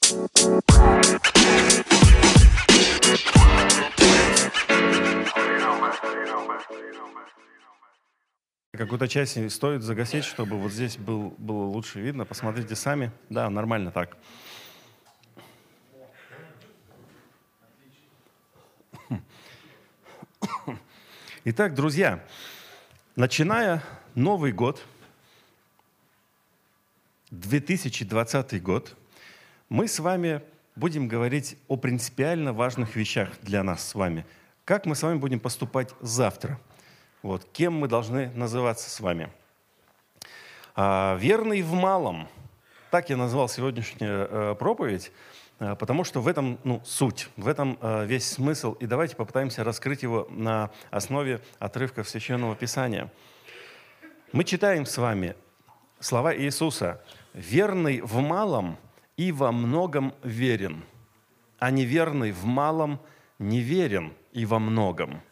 Какую-то часть стоит загасить, чтобы вот здесь было лучше видно. Посмотрите сами. Да, нормально так. Итак, друзья, начиная Новый год, 2020 год, мы с вами будем говорить о принципиально важных вещах для нас с вами. Как мы с вами будем поступать завтра? Вот, кем мы должны называться с вами? Верный в малом. Так я назвал сегодняшнюю проповедь, потому что в этом суть, в этом весь смысл. И давайте попытаемся раскрыть его на основе отрывков Священного Писания. Мы читаем с вами слова Иисуса: «Верный в малом и во многом верен, а неверный в малом неверен и во многом».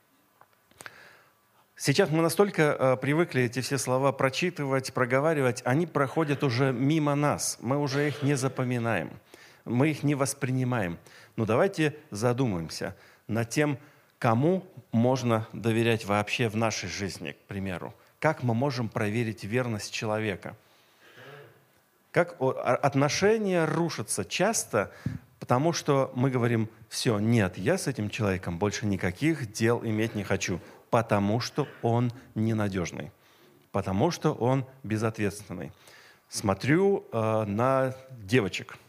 Сейчас мы настолько привыкли эти все слова прочитывать, проговаривать, они проходят уже мимо нас, мы уже их не запоминаем, мы их не воспринимаем. Но давайте задумаемся над тем, кому можно доверять вообще в нашей жизни, к примеру. Как мы можем проверить верность человека? Как отношения рушатся часто, потому что мы говорим: все, нет, я с этим человеком больше никаких дел иметь не хочу, потому что он ненадежный, потому что он безответственный. Смотрю на девочек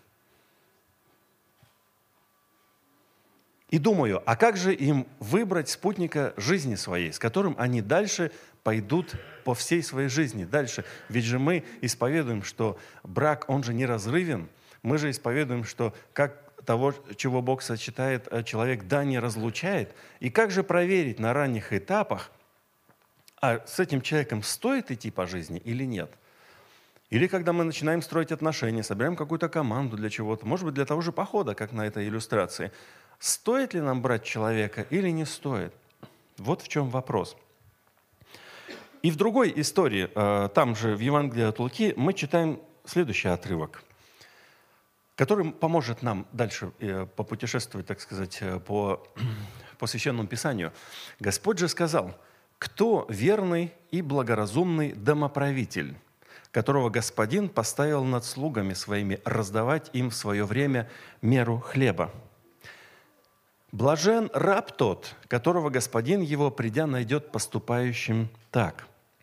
и думаю, а как же им выбрать спутника жизни своей, с которым они дальше пойдут по всей своей жизни дальше? Ведь же мы исповедуем, что брак, он же неразрывен. Мы же исповедуем, что как того, чего Бог сочетает, человек не разлучает. И как же проверить на ранних этапах, а с этим человеком стоит идти по жизни или нет? Или когда мы начинаем строить отношения, собираем какую-то команду для чего-то, может быть, для того же похода, как на этой иллюстрации, стоит ли нам брать человека или не стоит? Вот в чем вопрос. И в другой истории, там же в Евангелии от Луки, мы читаем следующий отрывок, который поможет нам дальше попутешествовать, так сказать, по Священному Писанию. Господь же сказал: «Кто верный и благоразумный домоправитель, которого Господин поставил над слугами своими раздавать им в свое время меру хлеба? Блажен раб тот, которого господин его, придя, найдет поступающим так.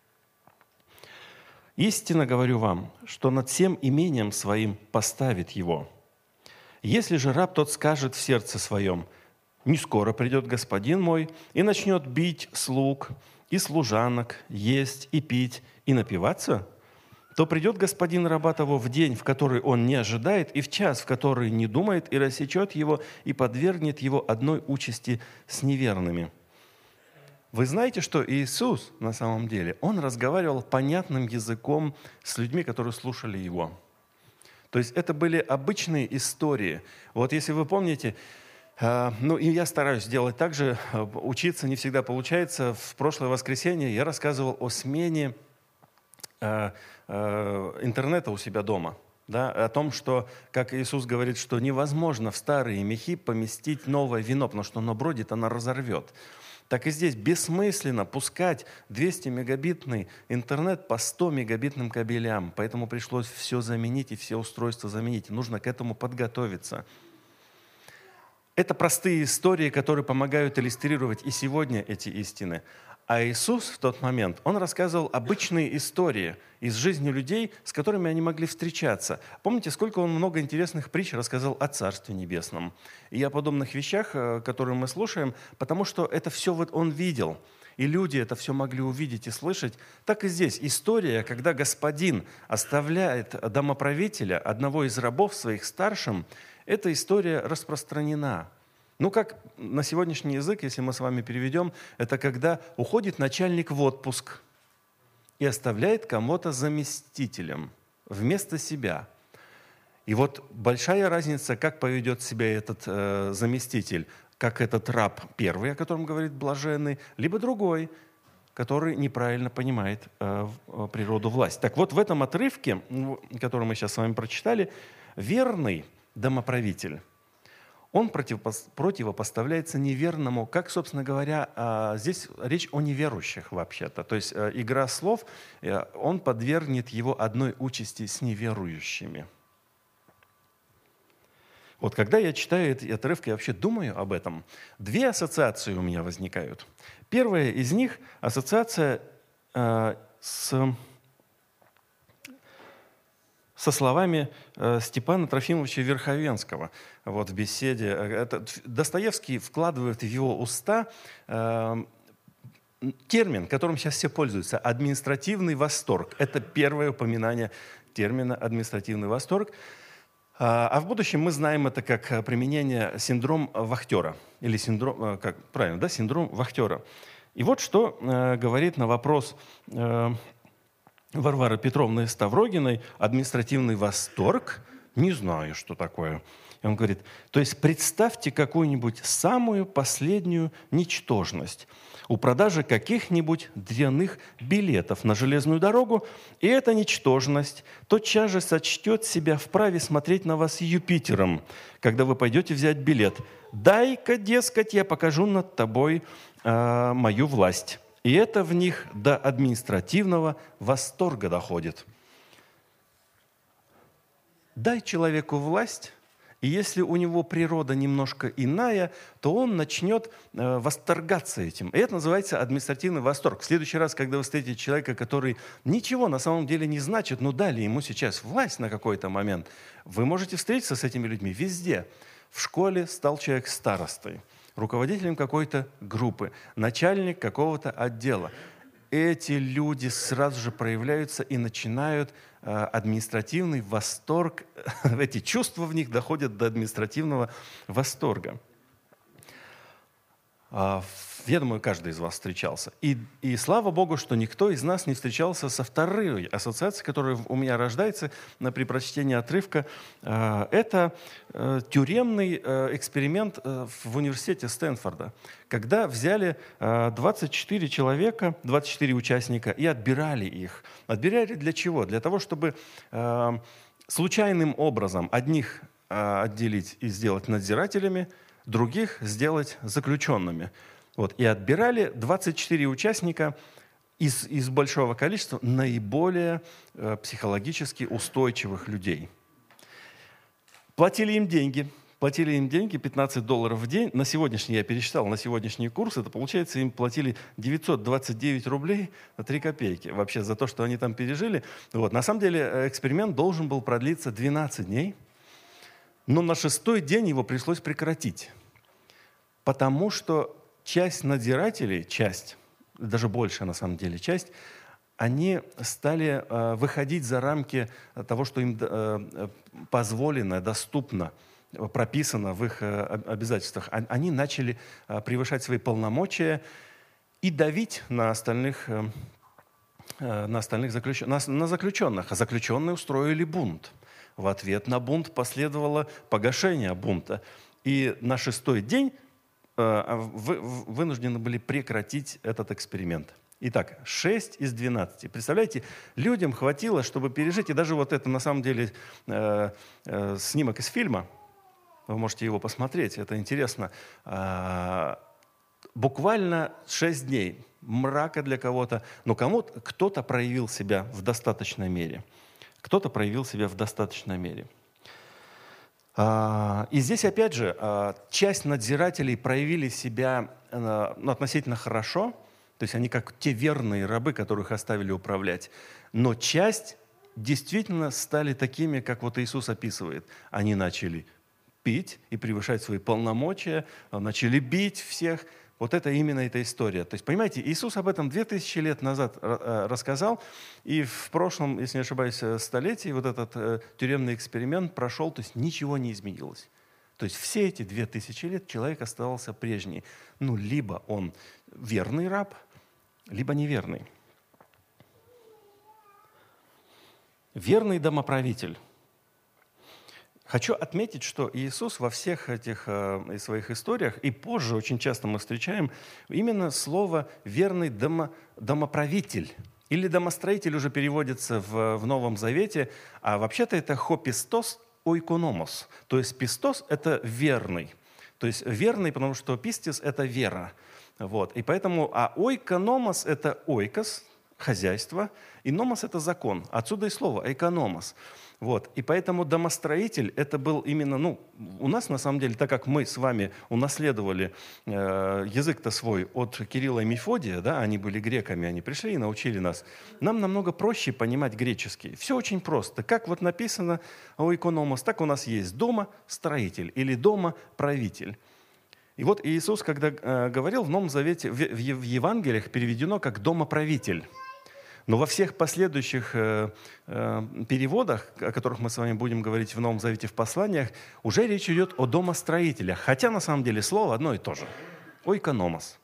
Истинно говорю вам, что над всем имением своим поставит его. Если же раб тот скажет в сердце своем: не скоро придет господин мой, и начнет бить слуг и служанок, есть и пить и напиваться, то придет господин раба того в день, в который он не ожидает, и в час, в который не думает, и рассечет его, и подвергнет его одной участи с неверными». Вы знаете, что Иисус на самом деле, Он разговаривал понятным языком с людьми, которые слушали Его. То есть это были обычные истории. Вот если вы помните, и я стараюсь делать так же, учиться не всегда получается. В прошлое воскресенье я рассказывал о смене интернета у себя дома. Да, о том, что, как Иисус говорит, что невозможно в старые мехи поместить новое вино, потому что оно бродит, оно разорвет. Так и здесь бессмысленно пускать 200-мегабитный интернет по 100-мегабитным кабелям. Поэтому пришлось все заменить и все устройства заменить. Нужно к этому подготовиться. Это простые истории, которые помогают иллюстрировать и сегодня эти истины. А Иисус в тот момент, Он рассказывал обычные истории из жизни людей, с которыми они могли встречаться. Помните, сколько Он много интересных притч рассказал о Царстве Небесном и о подобных вещах, которые мы слушаем, потому что это все вот Он видел. И люди это все могли увидеть и слышать. Так и здесь история, когда господин оставляет домоправителя, одного из рабов своих старшим, эта история распространена. Как на сегодняшний язык, если мы с вами переведем, это когда уходит начальник в отпуск и оставляет кого-то заместителем вместо себя. И вот большая разница, как поведет себя этот заместитель, как этот раб первый, о котором говорит блаженный, либо другой, который неправильно понимает природу власти. Так вот, в этом отрывке, который мы сейчас с вами прочитали, верный домоправитель. Он противопоставляется неверному, как, собственно говоря, здесь речь о неверующих вообще-то. То есть игра слов, он подвергнет его одной участи с неверующими. Вот когда я читаю эти отрывки, я вообще думаю об этом. Две ассоциации у меня возникают. Первая из них – ассоциация со словами Степана Трофимовича Верховенского вот в беседе. Достоевский вкладывает в его уста термин, которым сейчас все пользуются – административный восторг. Это первое упоминание термина «административный восторг». А в будущем мы знаем это как применение синдром вахтера. Или синдром, как правильно, да, синдром вахтера. И вот что говорит на вопрос Варвары Петровны Ставрогиной: административный восторг? Не знаю, что такое. И он говорит, то есть представьте какую-нибудь самую последнюю ничтожность у продажи каких-нибудь дрянных билетов на железную дорогу, и эта ничтожность тотчас же сочтет себя вправе смотреть на вас Юпитером, когда вы пойдете взять билет. «Дай-ка, дескать, я покажу над тобой мою власть». И это в них до административного восторга доходит. Дай человеку власть, и если у него природа немножко иная, то он начнет восторгаться этим. И это называется административный восторг. В следующий раз, когда вы встретите человека, который ничего на самом деле не значит, но дали ему сейчас власть на какой-то момент, вы можете встретиться с этими людьми везде. В школе стал человек старостой, руководителем какой-то группы, начальник какого-то отдела. Эти люди сразу же проявляются и начинают административный восторг. Эти чувства в них доходят до административного восторга. Я думаю, каждый из вас встречался. И слава Богу, что никто из нас не встречался со второй ассоциацией, которая у меня рождается при прочтении отрывка. Это тюремный эксперимент в университете Стэнфорда, когда взяли 24 человека, 24 участника и отбирали их. Отбирали для чего? Для того, чтобы случайным образом одних отделить и сделать надзирателями, других сделать заключенными. Вот. И отбирали 24 участника из большого количества наиболее психологически устойчивых людей. Платили им деньги $15 в день. На сегодняшний, я пересчитал, на сегодняшний курс, это получается, им платили 929 рублей на 3 копейки. Вообще за то, что они там пережили. Вот. На самом деле эксперимент должен был продлиться 12 дней, но на 6-й день его пришлось прекратить. Потому что часть надзирателей, даже больше на самом деле часть, они стали выходить за рамки того, что им позволено, доступно, прописано в их обязательствах. Они начали превышать свои полномочия и давить на остальных заключенных. А заключенные устроили бунт. В ответ на бунт последовало погашение бунта. И на 6-й день вынуждены были прекратить этот эксперимент. Итак, 6 из 12. Представляете, людям хватило, чтобы пережить, и даже вот это на самом деле снимок из фильма, вы можете его посмотреть, это интересно, буквально 6 дней мрака для кого-то, но кто-то проявил себя в достаточной мере. Кто-то проявил себя в достаточной мере. И здесь, опять же, часть надзирателей проявили себя относительно хорошо, то есть они как те верные рабы, которых оставили управлять. Но часть действительно стали такими, как вот Иисус описывает. Они начали пить и превышать свои полномочия, начали бить всех. Вот это именно эта история. То есть, понимаете, Иисус об этом 2000 лет назад рассказал, и в прошлом, если не ошибаюсь, столетии вот этот тюремный эксперимент прошел, то есть ничего не изменилось. То есть все эти 2000 лет человек оставался прежний. Либо он верный раб, либо неверный. Верный домоправитель. Хочу отметить, что Иисус во всех этих своих историях, и позже очень часто мы встречаем именно слово «верный домоправитель». Или домостроитель уже переводится в Новом Завете, а вообще-то это «хопистос», ойкономос. То есть пистос – это верный. То есть верный, потому что пистис – это вера. Вот. И поэтому, ойкономос – это ойкос, хозяйство, и номос – это закон. Отсюда и слово «экономос». Вот. И поэтому домостроитель – это был именно, у нас на самом деле, так как мы с вами унаследовали язык-то свой от Кирилла и Мефодия, да, они были греками, они пришли и научили нас, нам намного проще понимать греческий. Все очень просто. Как вот написано «ойкономос», так у нас есть «дома-строитель» или «дома-правитель». И вот Иисус, когда говорил в Новом Завете, в Евангелиях переведено как «домоправитель». Но во всех последующих переводах, о которых мы с вами будем говорить в Новом Завете в посланиях, уже речь идет о домостроителях. Хотя на самом деле слово одно и то же. Ойкономос.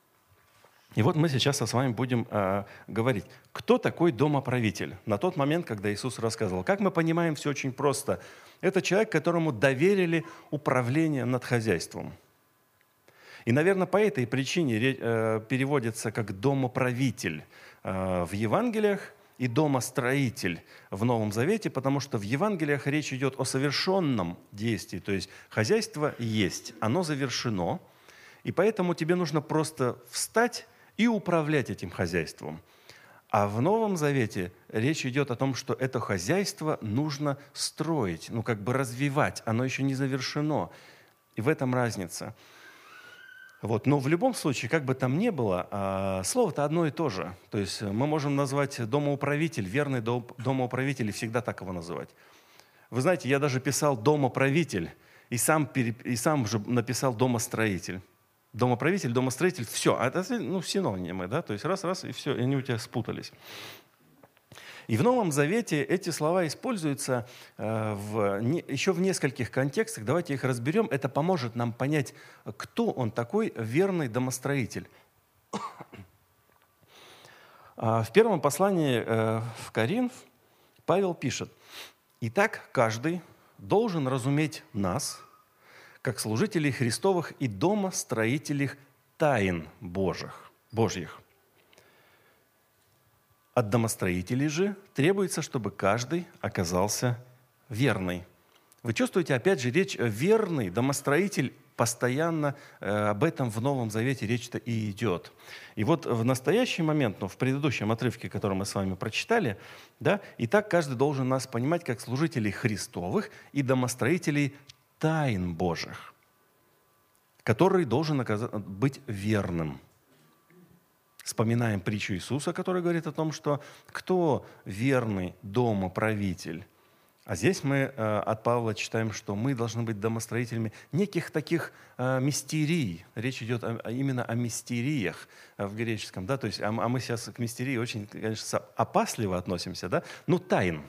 И вот мы сейчас с вами будем говорить, кто такой домоправитель. На тот момент, когда Иисус рассказывал. Как мы понимаем, все очень просто. Это человек, которому доверили управление над хозяйством. И, наверное, по этой причине переводится как «домоправитель» в Евангелиях и «домостроитель» в Новом Завете, потому что в Евангелиях речь идет о совершенном действии, то есть хозяйство есть, оно завершено, и поэтому тебе нужно просто встать и управлять этим хозяйством. А в Новом Завете речь идет о том, что это хозяйство нужно строить, развивать, оно еще не завершено. И в этом разница. Вот. Но в любом случае, как бы там ни было, слово-то одно и то же. То есть мы можем назвать домоуправитель, верный домоуправитель, и всегда так его называть. Вы знаете, я даже писал домоправитель, и сам же написал домостроитель. Домоправитель, домостроитель, все. Это синонимы, да? То есть раз, и все, и они у тебя спутались. И в Новом Завете эти слова используются еще в нескольких контекстах. Давайте их разберем. Это поможет нам понять, кто он такой верный домостроитель. В первом послании в Коринф Павел пишет: «Итак, каждый должен разуметь нас, как служителей Христовых и домостроителей тайн Божьих. От домостроителей же требуется, чтобы каждый оказался верный». Вы чувствуете, опять же, речь верный, домостроитель, постоянно об этом в Новом Завете речь-то и идет. И вот в настоящий момент, в предыдущем отрывке, который мы с вами прочитали, да, и так каждый должен нас понимать как служителей Христовых и домостроителей тайн Божьих, который должен быть верным. Вспоминаем притчу Иисуса, который говорит о том, что кто верный домоправитель. А здесь мы от Павла читаем, что мы должны быть домостроителями неких таких мистерий. Речь идет именно о мистериях в греческом. Да? То есть, а мы сейчас к мистерии очень, конечно, опасливо относимся. Да? Тайн.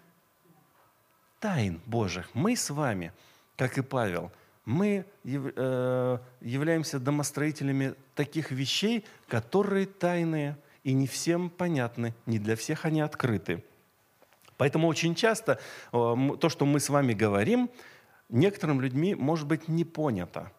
Тайн Божьих. Мы с вами, как и Павел, мы являемся домостроителями таких вещей, которые тайные и не всем понятны, не для всех они открыты. Поэтому очень часто то, что мы с вами говорим, некоторым людьми может быть не понято.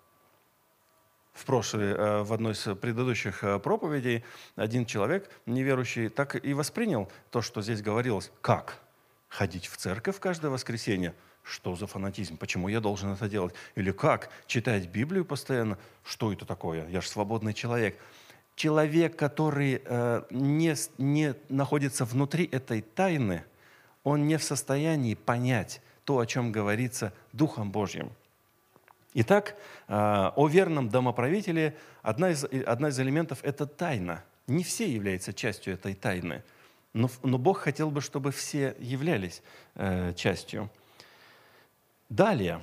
В одной из предыдущих проповедей один человек, неверующий, так и воспринял то, что здесь говорилось. Как? Ходить в церковь каждое воскресенье? Что за фанатизм? Почему я должен это делать? Или как? Читать Библию постоянно? Что это такое? Я же свободный человек. Человек, который не находится внутри этой тайны, он не в состоянии понять то, о чем говорится Духом Божьим. Итак, о верном домоправителе одна из элементов – это тайна. Не все являются частью этой тайны, но Бог хотел бы, чтобы все являлись частью. Далее,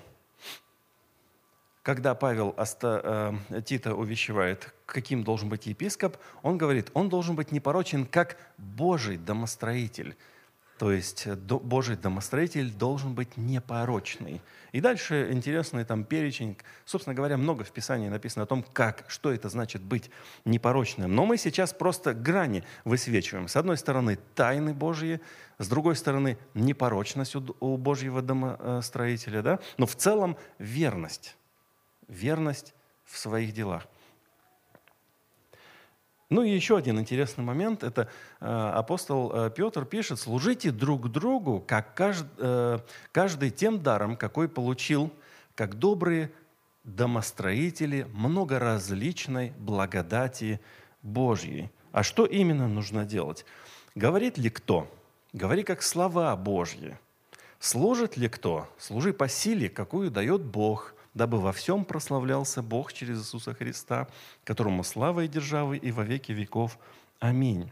когда Павел Тита увещевает, каким должен быть епископ, он говорит, он должен быть непорочен, как Божий домостроитель. То есть Божий домостроитель должен быть непорочный. И дальше интересный там перечень. Собственно говоря, много в Писании написано о том, что это значит быть непорочным. Но мы сейчас просто грани высвечиваем. С одной стороны, тайны Божьи, с другой стороны, непорочность у Божьего домостроителя. Да? Но в целом верность. Верность в своих делах. Ну и еще один интересный момент, это апостол Петр пишет: «Служите друг другу, как каждый тем даром, какой получил, как добрые домостроители многоразличной благодати Божьей». А что именно нужно делать? Говорит ли кто? Говори как слова Божьи. Служит ли кто? Служи по силе, какую дает Бог, дабы во всем прославлялся Бог через Иисуса Христа, которому слава и держава и во веки веков. Аминь.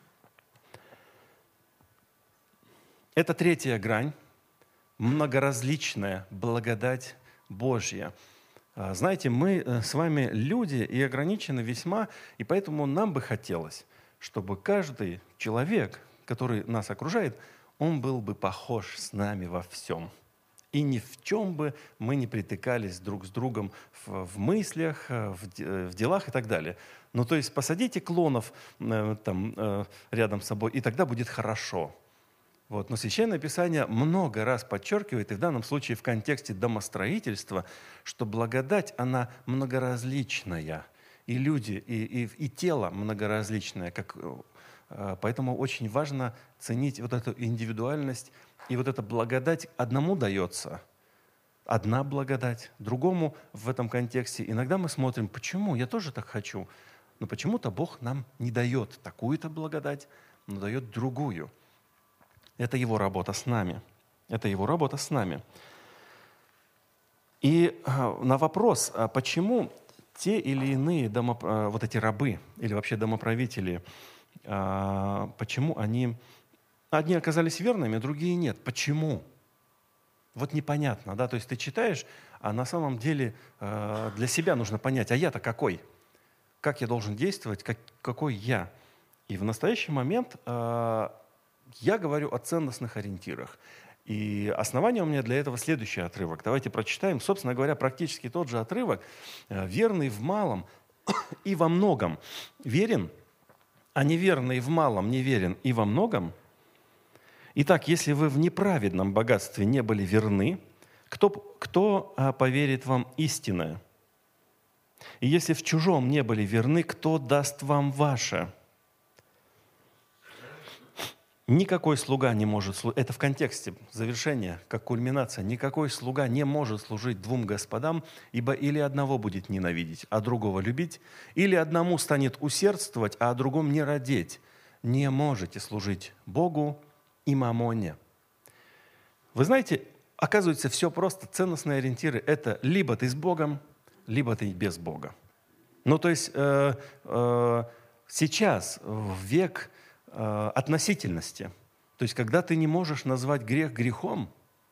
Это третья грань, многоразличная благодать Божья. Знаете, мы с вами люди и ограничены весьма, и поэтому нам бы хотелось, чтобы каждый человек, который нас окружает, он был бы похож с нами во всем. И ни в чем бы мы не притыкались друг с другом в мыслях, в делах и так далее. Ну, то есть посадите клонов рядом с собой, и тогда будет хорошо. Вот. Но Священное Писание много раз подчеркивает, и в данном случае в контексте домостроительства, что благодать, она многоразличная. И люди, и тело многоразличное. Поэтому очень важно ценить вот эту индивидуальность. И вот эта благодать одному дается, одна благодать, другому в этом контексте. Иногда мы смотрим, почему? Я тоже так хочу. Но почему-то Бог нам не дает такую-то благодать, но дает другую. Это Его работа с нами. Это Его работа с нами. И на вопрос, почему те или иные вот эти рабы или вообще домоправители, почему одни оказались верными, другие нет. Почему? Вот непонятно, да? То есть ты читаешь, а на самом деле для себя нужно понять, а я-то какой? Как я должен действовать? Какой я? И в настоящий момент я говорю о ценностных ориентирах. И основание у меня для этого следующий отрывок. Давайте прочитаем, собственно говоря, практически тот же отрывок. «Верный в малом и во многом верен, а неверный в малом неверен и во многом. Итак, если вы в неправедном богатстве не были верны, кто поверит вам истинное? И если в чужом не были верны, кто даст вам ваше? Никакой слуга не может служить». Это в контексте завершения, как кульминация. «Никакой слуга не может служить двум господам, ибо или одного будет ненавидеть, а другого любить, или одному станет усердствовать, а о другом не радеть. Не можете служить Богу и мамоне». Вы знаете, оказывается, все просто. Ценностные ориентиры – это либо ты с Богом, либо ты без Бога. Ну, то есть сейчас, в век относительности, то есть когда ты не можешь назвать грех грехом,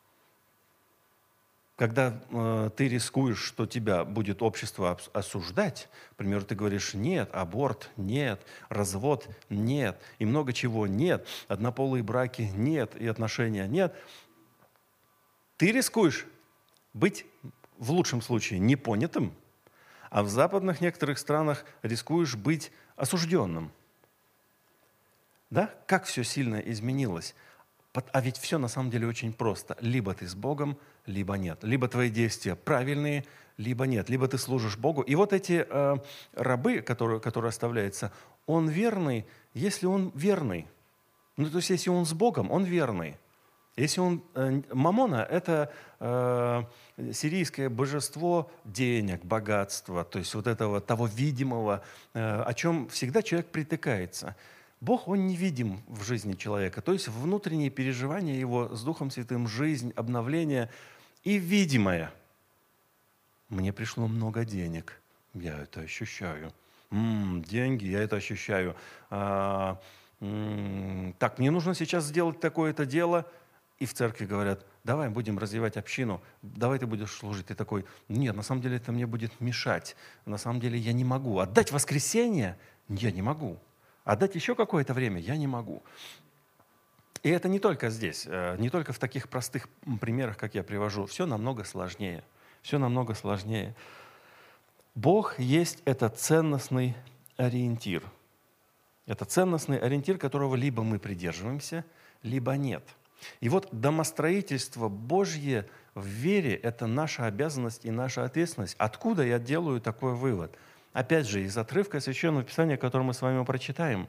когда ты рискуешь, что тебя будет общество осуждать, к примеру, ты говоришь: нет, аборт нет, развод нет, и много чего нет, однополые браки нет, и отношения нет, ты рискуешь быть в лучшем случае непонятым, а в западных некоторых странах рискуешь быть осужденным. Да? Как все сильно изменилось. А ведь все на самом деле очень просто. Либо ты с Богом, либо нет. Либо твои действия правильные, либо нет. Либо ты служишь Богу. И вот эти рабы, которые оставляются, он верный, если он верный. Ну, то есть, если он с Богом, он верный. Если он... Мамона – это сирийское божество денег, богатства, то есть вот этого, того видимого, о чем всегда человек притыкается. Бог, Он невидим в жизни человека, то есть внутренние переживания Его с Духом Святым, жизнь, обновление и видимое. Мне пришло много денег, я это ощущаю. Деньги, я это ощущаю. Так, мне нужно сейчас сделать такое-то дело. И в церкви говорят: давай будем развивать общину, давай ты будешь служить. Ты такой: нет, на самом деле это мне будет мешать. На самом деле я не могу. Отдать воскресенье я не могу. Отдать еще какое-то время я не могу. И это не только здесь, не только в таких простых примерах, как я привожу. Все намного сложнее. Все намного сложнее. Бог есть это ценностный ориентир. Это ценностный ориентир, которого либо мы придерживаемся, либо нет. И вот домостроительство Божье в вере – это наша обязанность и наша ответственность. Откуда я делаю такой вывод? опять же, из отрывка Священного Писания, который мы с вами прочитаем.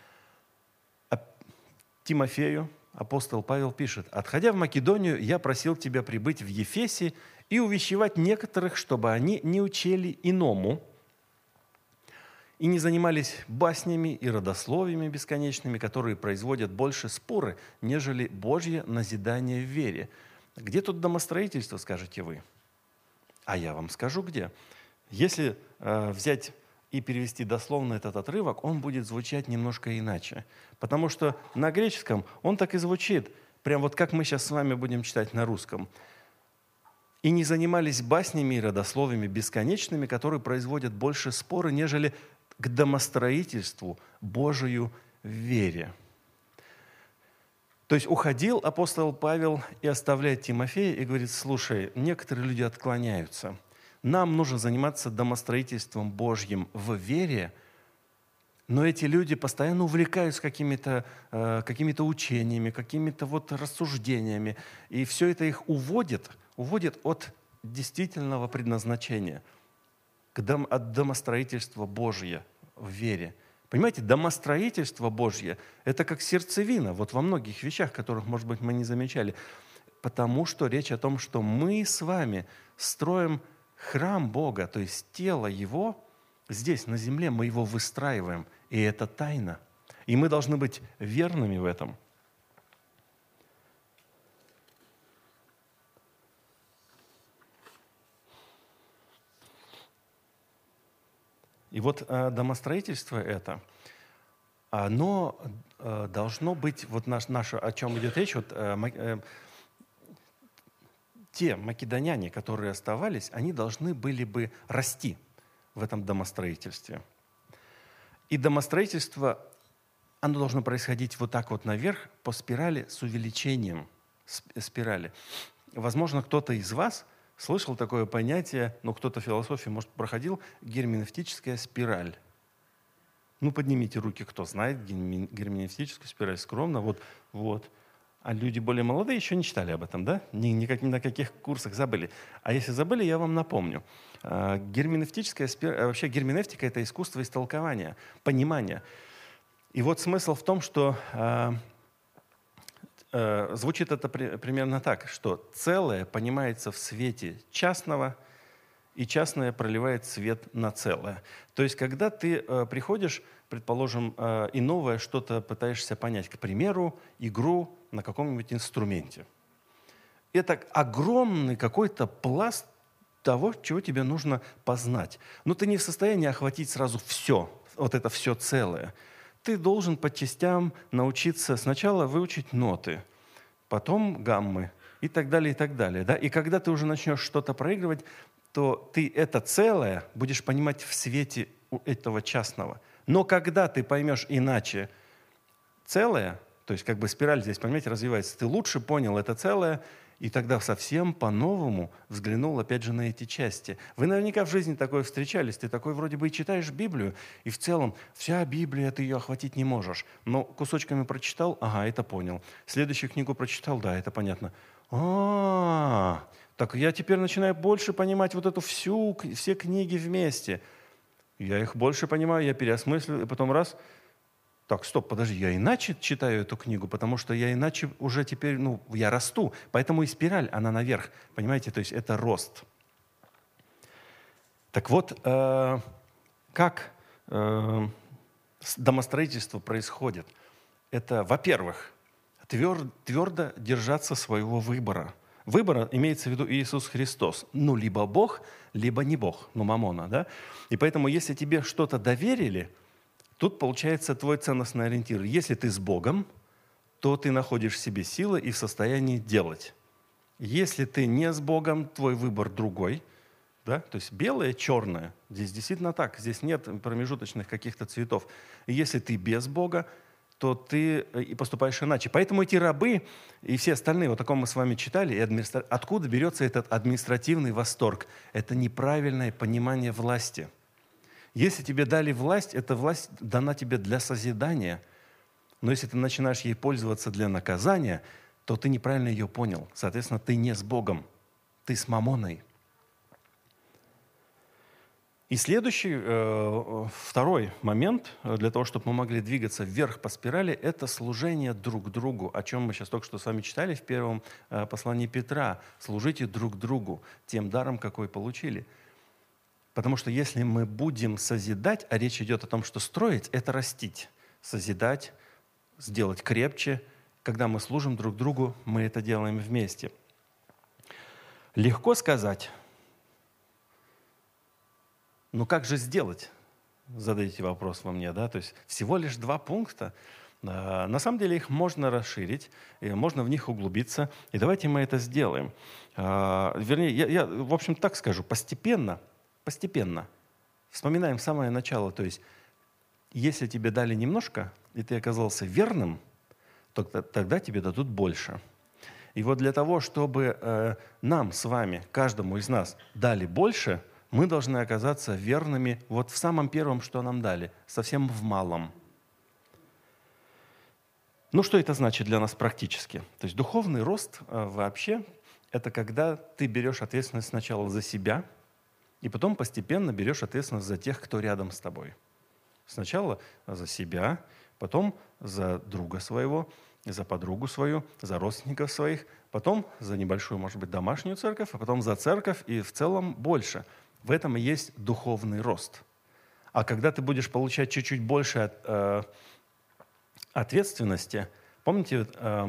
Тимофею апостол Павел пишет: «Отходя в Македонию, я просил тебя прибыть в Ефесе и увещевать некоторых, чтобы они не учили иному и не занимались баснями и родословиями бесконечными, которые производят больше споры, нежели Божье назидание в вере». Где тут домостроительство, скажете вы? А я вам скажу, где. Если взять и перевести дословно этот отрывок, он будет звучать немножко иначе. Потому что на греческом он так и звучит, прям вот как мы сейчас с вами будем читать на русском. «И не занимались баснями и родословиями бесконечными, которые производят больше споры, нежели к домостроительству Божию в вере». То есть уходил апостол Павел и оставляет Тимофея и говорит: слушай, некоторые люди отклоняются. Нам нужно заниматься домостроительством Божьим в вере, но эти люди постоянно увлекаются какими-то учениями, какими-то вот рассуждениями, и все это их уводит от действительного предназначения, от домостроительства Божьего в вере. Понимаете, домостроительство Божье – это как сердцевина, вот во многих вещах, которых, может быть, мы не замечали, потому что речь о том, что мы с вами строим храм Бога, то есть тело Его, здесь, на земле, мы его выстраиваем, и это тайна. И мы должны быть верными в этом. И вот домостроительство это, оно должно быть, вот наше, о чем идет речь, вот, те македоняне, которые оставались, они должны были бы расти в этом домостроительстве. И домостроительство, оно должно происходить вот так вот наверх, по спирали, с увеличением спирали. Возможно, кто-то из вас слышал такое понятие, кто-то в философии, может, проходил, герменевтическая спираль. Поднимите руки, кто знает герменевтическую спираль, скромно. Вот. А люди более молодые еще не читали об этом, да? Ни на каких курсах забыли. А если забыли, я вам напомню. Герменевтическая спираль, вообще герменевтика – это искусство истолкования, понимания. И вот смысл в том, что звучит это примерно так, что целое понимается в свете частного, и частное проливает свет на целое. То есть, когда ты приходишь, предположим, и новое что-то пытаешься понять, к примеру, игру на каком-нибудь инструменте. Это огромный какой-то пласт того, чего тебе нужно познать. Но ты не в состоянии охватить сразу все, вот это все целое. Ты должен по частям научиться сначала выучить ноты, потом гаммы и так далее, и так далее. Да? И когда ты уже начнешь что-то проигрывать, то ты это целое будешь понимать в свете этого частного. Но когда ты поймешь иначе целое, то есть как бы спираль здесь, понимаете, развивается, ты лучше понял это целое, и тогда совсем по-новому взглянул опять же на эти части. Вы наверняка в жизни такое встречались, ты такой вроде бы и читаешь Библию, и в целом вся Библия, ты ее охватить не можешь. Но кусочками прочитал, ага, это понял. Следующую книгу прочитал, да, это понятно. Так я теперь начинаю больше понимать вот эту все книги вместе. Я их больше понимаю, я переосмыслю, и потом раз, так, стоп, подожди, я иначе читаю эту книгу, потому что я иначе уже теперь, я расту. Поэтому и спираль, она наверх, понимаете, то есть это рост. Так вот, как домостроительство происходит? Это, во-первых, твердо держаться своего выбора. Выбор имеется в виду Иисус Христос. Либо Бог, либо не Бог, мамона, да? И поэтому, если тебе что-то доверили, тут получается твой ценностный ориентир. Если ты с Богом, то ты находишь в себе силы и в состоянии делать. Если ты не с Богом, твой выбор другой, да? То есть белое, черное. Здесь действительно так. Здесь нет промежуточных каких-то цветов. И если ты без Бога, то ты и поступаешь иначе. Поэтому эти рабы и все остальные, вот о ком мы с вами читали, откуда берется этот административный восторг? Это неправильное понимание власти. Если тебе дали власть, эта власть дана тебе для созидания. Но если ты начинаешь ей пользоваться для наказания, то ты неправильно ее понял. Соответственно, ты не с Богом, ты с мамоной. И следующий, второй момент для того, чтобы мы могли двигаться вверх по спирали, это служение друг другу, о чем мы сейчас только что с вами читали в первом послании Петра. Служите друг другу тем даром, какой получили. Потому что если мы будем созидать, а речь идет о том, что строить – это растить, созидать, сделать крепче. Когда мы служим друг другу, мы это делаем вместе. Легко сказать. Ну как же сделать? Задаете вопрос во мне, да? То есть всего лишь 2 пункта. На самом деле их можно расширить, можно в них углубиться. И давайте мы это сделаем. Вернее, я в общем, так скажу, постепенно. Вспоминаем самое начало. То есть если тебе дали немножко, и ты оказался верным, то тогда тебе дадут больше. И вот для того, чтобы нам с вами, каждому из нас, дали больше, мы должны оказаться верными вот в самом первом, что нам дали, совсем в малом. Ну, что это значит для нас практически? То есть духовный рост вообще – это когда ты берешь ответственность сначала за себя, и потом постепенно берешь ответственность за тех, кто рядом с тобой. Сначала за себя, потом за друга своего, за подругу свою, за родственников своих, потом за небольшую, может быть, домашнюю церковь, а потом за церковь и в целом больше. В этом и есть духовный рост. А когда ты будешь получать чуть-чуть больше ответственности, помните,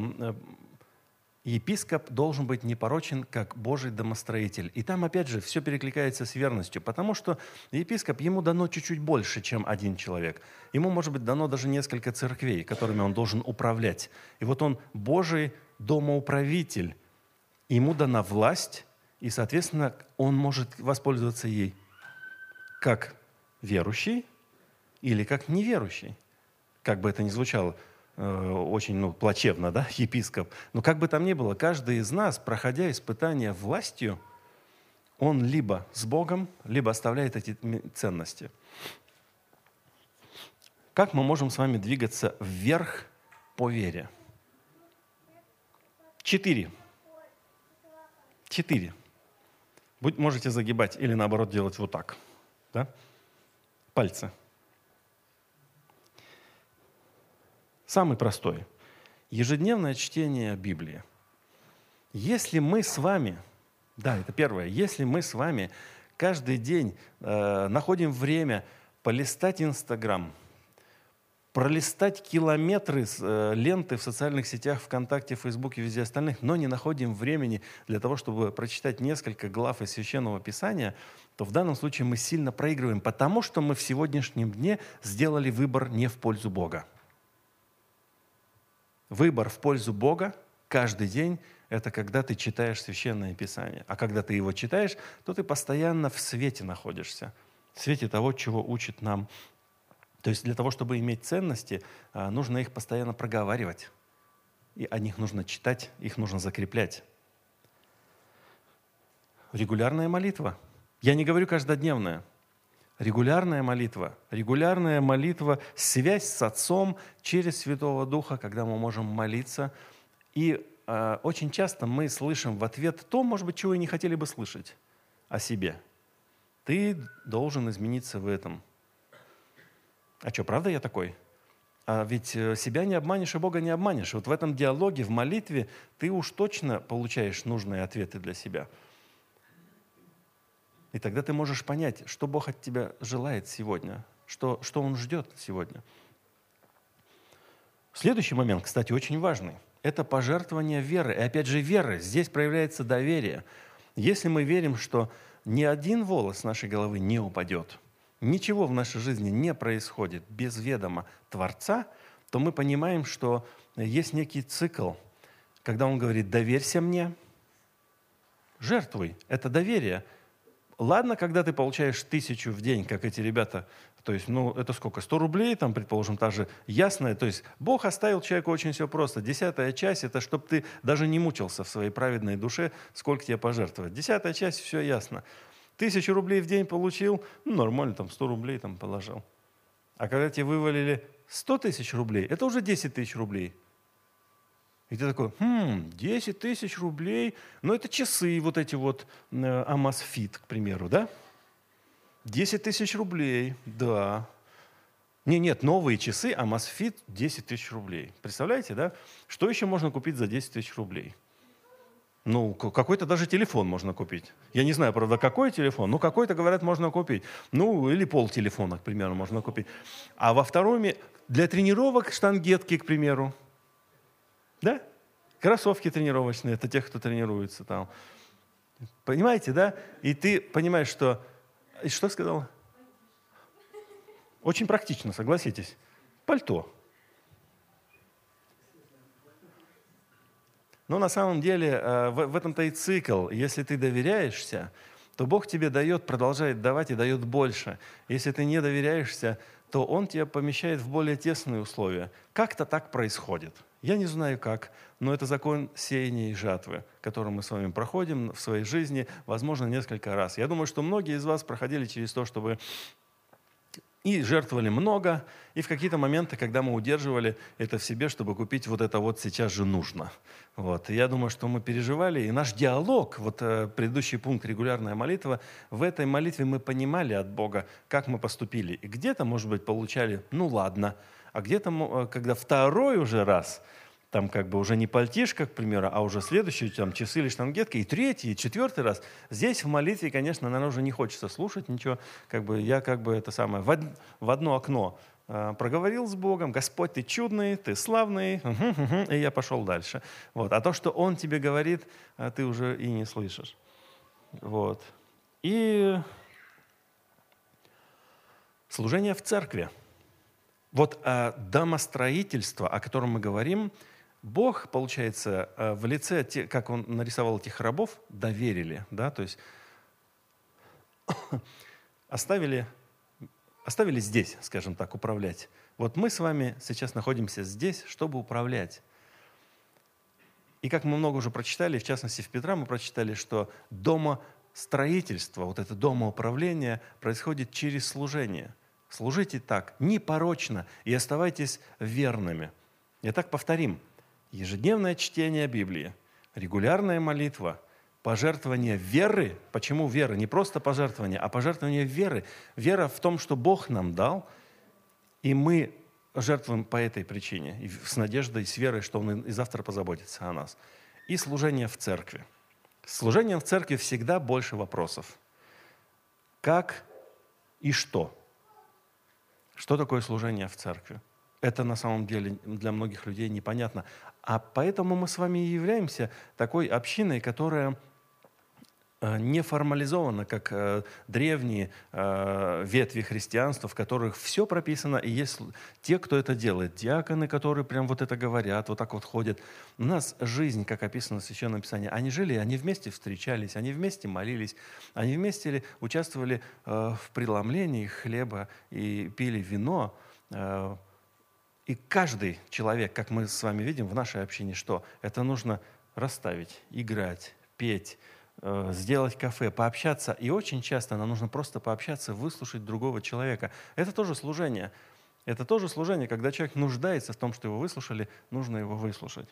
епископ должен быть непорочен, как Божий домостроитель. И там, опять же, все перекликается с верностью, потому что епископ, ему дано чуть-чуть больше, чем один человек. Ему, может быть, дано даже несколько церквей, которыми он должен управлять. И вот он Божий домоуправитель. Ему дана власть, и, соответственно, он может воспользоваться ей как верующий или как неверующий. Как бы это ни звучало очень плачевно, да, епископ. Но как бы там ни было, каждый из нас, проходя испытания властью, он либо с Богом, либо оставляет эти ценности. Как мы можем с вами двигаться вверх по вере? 4. Можете загибать или наоборот делать вот так. Да? Пальцы. Самый простой. Ежедневное чтение Библии. Если мы с вами, да, это первое, если мы с вами каждый день находим время полистать Инстаграм, пролистать километры ленты в социальных сетях, ВКонтакте, Фейсбуке, везде остальных, но не находим времени для того, чтобы прочитать несколько глав из Священного Писания, то в данном случае мы сильно проигрываем, потому что мы в сегодняшнем дне сделали выбор не в пользу Бога. Выбор в пользу Бога каждый день – это когда ты читаешь Священное Писание. А когда ты его читаешь, то ты постоянно в свете находишься, в свете того, чего учит нам. То есть для того, чтобы иметь ценности, нужно их постоянно проговаривать. И о них нужно читать, их нужно закреплять. Регулярная молитва. Я не говорю каждодневная. Регулярная молитва, связь с Отцом через Святого Духа, когда мы можем молиться. И очень часто мы слышим в ответ то, может быть, чего и не хотели бы слышать о себе. Ты должен измениться в этом. А что, правда я такой? А ведь себя не обманешь и Бога не обманешь. Вот в этом диалоге, в молитве ты уж точно получаешь нужные ответы для себя. И тогда ты можешь понять, что Бог от тебя желает сегодня, что Он ждет сегодня. Следующий момент, кстати, очень важный. Это пожертвование веры. И опять же веры. Здесь проявляется доверие. Если мы верим, что ни один волос с нашей головы не упадет, ничего в нашей жизни не происходит без ведома Творца, то мы понимаем, что есть некий цикл, когда Он говорит: доверься мне, жертвуй. Это доверие. Ладно, когда ты получаешь 1000 в день, как эти ребята, то есть, это сколько, 100 рублей, там, предположим, та же ясная. То есть Бог оставил человеку очень все просто. 10-я часть – это чтобы ты даже не мучился в своей праведной душе, сколько тебе пожертвовать. 10-я часть – все ясно. 1000 рублей в день получил, нормально, там, 100 рублей там положил. А когда тебе вывалили 100 000 рублей, это уже 10 000 рублей. И ты такой: 10 000 рублей, это часы вот эти вот Amazfit, к примеру, да? 10 тысяч рублей, да. Нет, новые часы, а Amazfit 10 тысяч рублей. Представляете, да? Что еще можно купить за 10 тысяч рублей? Ну, какой-то даже телефон можно купить. Я не знаю, правда, какой телефон, но какой-то, говорят, можно купить. Ну, или полтелефона, к примеру, можно купить. А во втором, для тренировок штангетки, к примеру. Да? Кроссовки тренировочные, это тех, кто тренируется там. Понимаете, да? И ты понимаешь, что... И что сказала? Очень практично, согласитесь. Пальто. Но на самом деле в этом-то и цикл. Если ты доверяешься, то Бог тебе дает, продолжает давать и дает больше. Если ты не доверяешься, то Он тебя помещает в более тесные условия. Как-то так происходит. Я не знаю как, но это закон сеяния и жатвы, который мы с вами проходим в своей жизни, возможно, несколько раз. Я думаю, что многие из вас проходили через то, чтобы и жертвовали много, и в какие-то моменты, когда мы удерживали это в себе, чтобы купить вот это вот сейчас же нужно. Вот. И я думаю, что мы переживали, и наш диалог, предыдущий пункт «Регулярная молитва», в этой молитве мы понимали от Бога, как мы поступили. И где-то, может быть, получали, ну ладно, а где-то, когда второй уже раз, там как бы уже не пальтишко, к примеру, а уже следующие там, часы или штангетка, и третий, и четвертый раз. Здесь в молитве, конечно, наверное, уже не хочется слушать ничего. Я это самое в одно окно проговорил с Богом: «Господь, ты чудный, ты славный», и я пошел дальше. Вот. А то, что Он тебе говорит, ты уже и не слышишь. Вот. И служение в церкви. Вот домостроительство, о котором мы говорим, Бог, получается, в лице, как Он нарисовал этих рабов, доверили, да, то есть оставили здесь, скажем так, управлять. Вот мы с вами сейчас находимся здесь, чтобы управлять. И как мы много уже прочитали, в частности в Петра мы прочитали, что домостроительство, вот это домоуправление происходит через служение. Служите так, непорочно, и оставайтесь верными. Итак, повторим. Ежедневное чтение Библии, регулярная молитва, пожертвование веры. Почему вера? Не просто пожертвование, а пожертвование веры. Вера в том, что Бог нам дал, и мы жертвуем по этой причине, и с надеждой, с верой, что Он и завтра позаботится о нас. И служение в церкви. С служением в церкви всегда больше вопросов. Как и что? Что такое служение в церкви? Это на самом деле для многих людей непонятно. А поэтому мы с вами и являемся такой общиной, которая не формализована, как древние ветви христианства, в которых все прописано, и есть те, кто это делает. Диаконы, которые прям вот это говорят, вот так вот ходят. У нас жизнь, как описано в Священном Писании, они жили, они вместе встречались, они вместе молились, они вместе участвовали в преломлении хлеба и пили вино. И каждый человек, как мы с вами видим в нашей общине, что? Это нужно расставить, играть, петь, сделать кафе, пообщаться. И очень часто нам нужно просто пообщаться, выслушать другого человека. Это тоже служение. Это тоже служение, когда человек нуждается в том, что его выслушали, нужно его выслушать.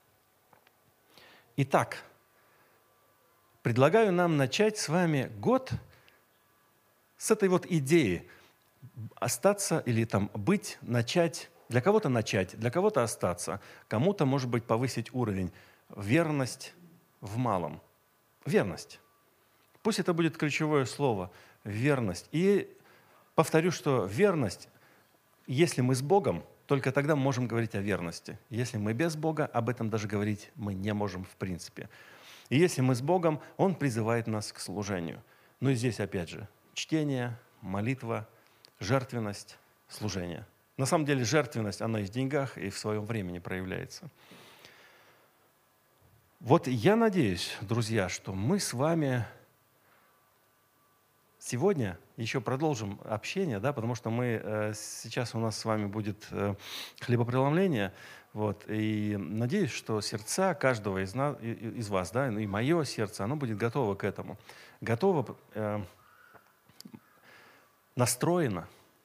Итак, предлагаю нам начать с вами год с этой вот идеи. Остаться или там быть, начать. Для кого-то начать, для кого-то остаться. Кому-то, может быть, повысить уровень. Верность в малом. Верность. Пусть это будет ключевое слово. Верность. И повторю, что верность, если мы с Богом, только тогда мы можем говорить о верности. Если мы без Бога, об этом даже говорить мы не можем в принципе. И если мы с Богом, Он призывает нас к служению. Ну и здесь опять же чтение, молитва, жертвенность, служение. На самом деле жертвенность, она и в деньгах, и в своем времени проявляется. Вот я надеюсь, друзья, что мы с вами сегодня еще продолжим общение, да, потому что сейчас у нас с вами будет хлебопреломление, вот, и надеюсь, что сердца каждого из вас, да, и мое сердце, оно будет готово к этому, готово, настроено.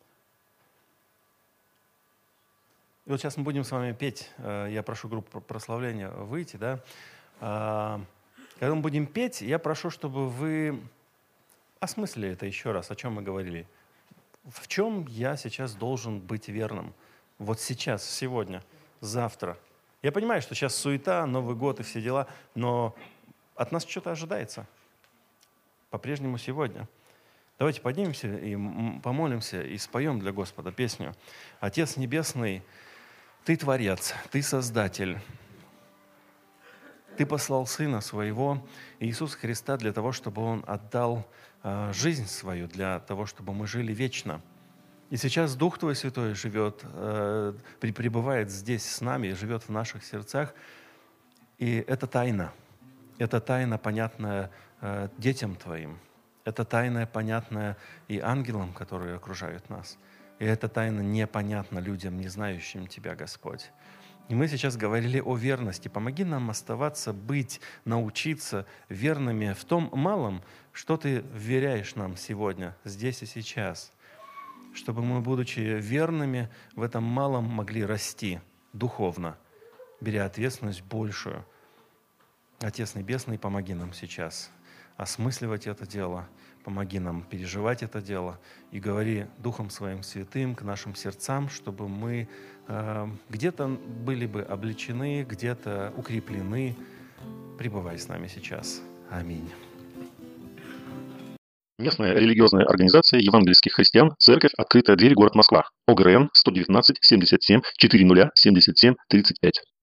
И вот сейчас мы будем с вами петь, я прошу группу прославления выйти, да. Когда мы будем петь, я прошу, чтобы вы Осмысли это еще раз, о чем мы говорили. В чем я сейчас должен быть верным? Вот сейчас, сегодня, завтра. Я понимаю, что сейчас суета, Новый год и все дела, но от нас что-то ожидается. По-прежнему сегодня. Давайте поднимемся и помолимся и споем для Господа песню. Отец Небесный, Ты Творец, Ты Создатель. Ты послал Сына Своего, Иисуса Христа, для того, чтобы Он отдал жизнь свою, для того, чтобы мы жили вечно. И сейчас Дух Твой Святой живет, пребывает здесь с нами, живет в наших сердцах. И это тайна. Это тайна, понятная детям Твоим. Это тайна, понятная и ангелам, которые окружают нас. И эта тайна непонятна людям, не знающим Тебя, Господь. И мы сейчас говорили о верности. Помоги нам оставаться, быть, научиться верными в том малом, что Ты вверяешь нам сегодня, здесь и сейчас. Чтобы мы, будучи верными, в этом малом могли расти духовно, беря ответственность большую. Отец Небесный, помоги нам сейчас осмысливать это дело, помоги нам переживать это дело и говори Духом Своим Святым к нашим сердцам, чтобы мы где-то были бы облечены, где-то укреплены. Пребывай с нами сейчас. Аминь. Местная религиозная организация евангельских христиан «Церковь. Открытая дверь. Город Москва». ОГРН 119 77 40 77 35.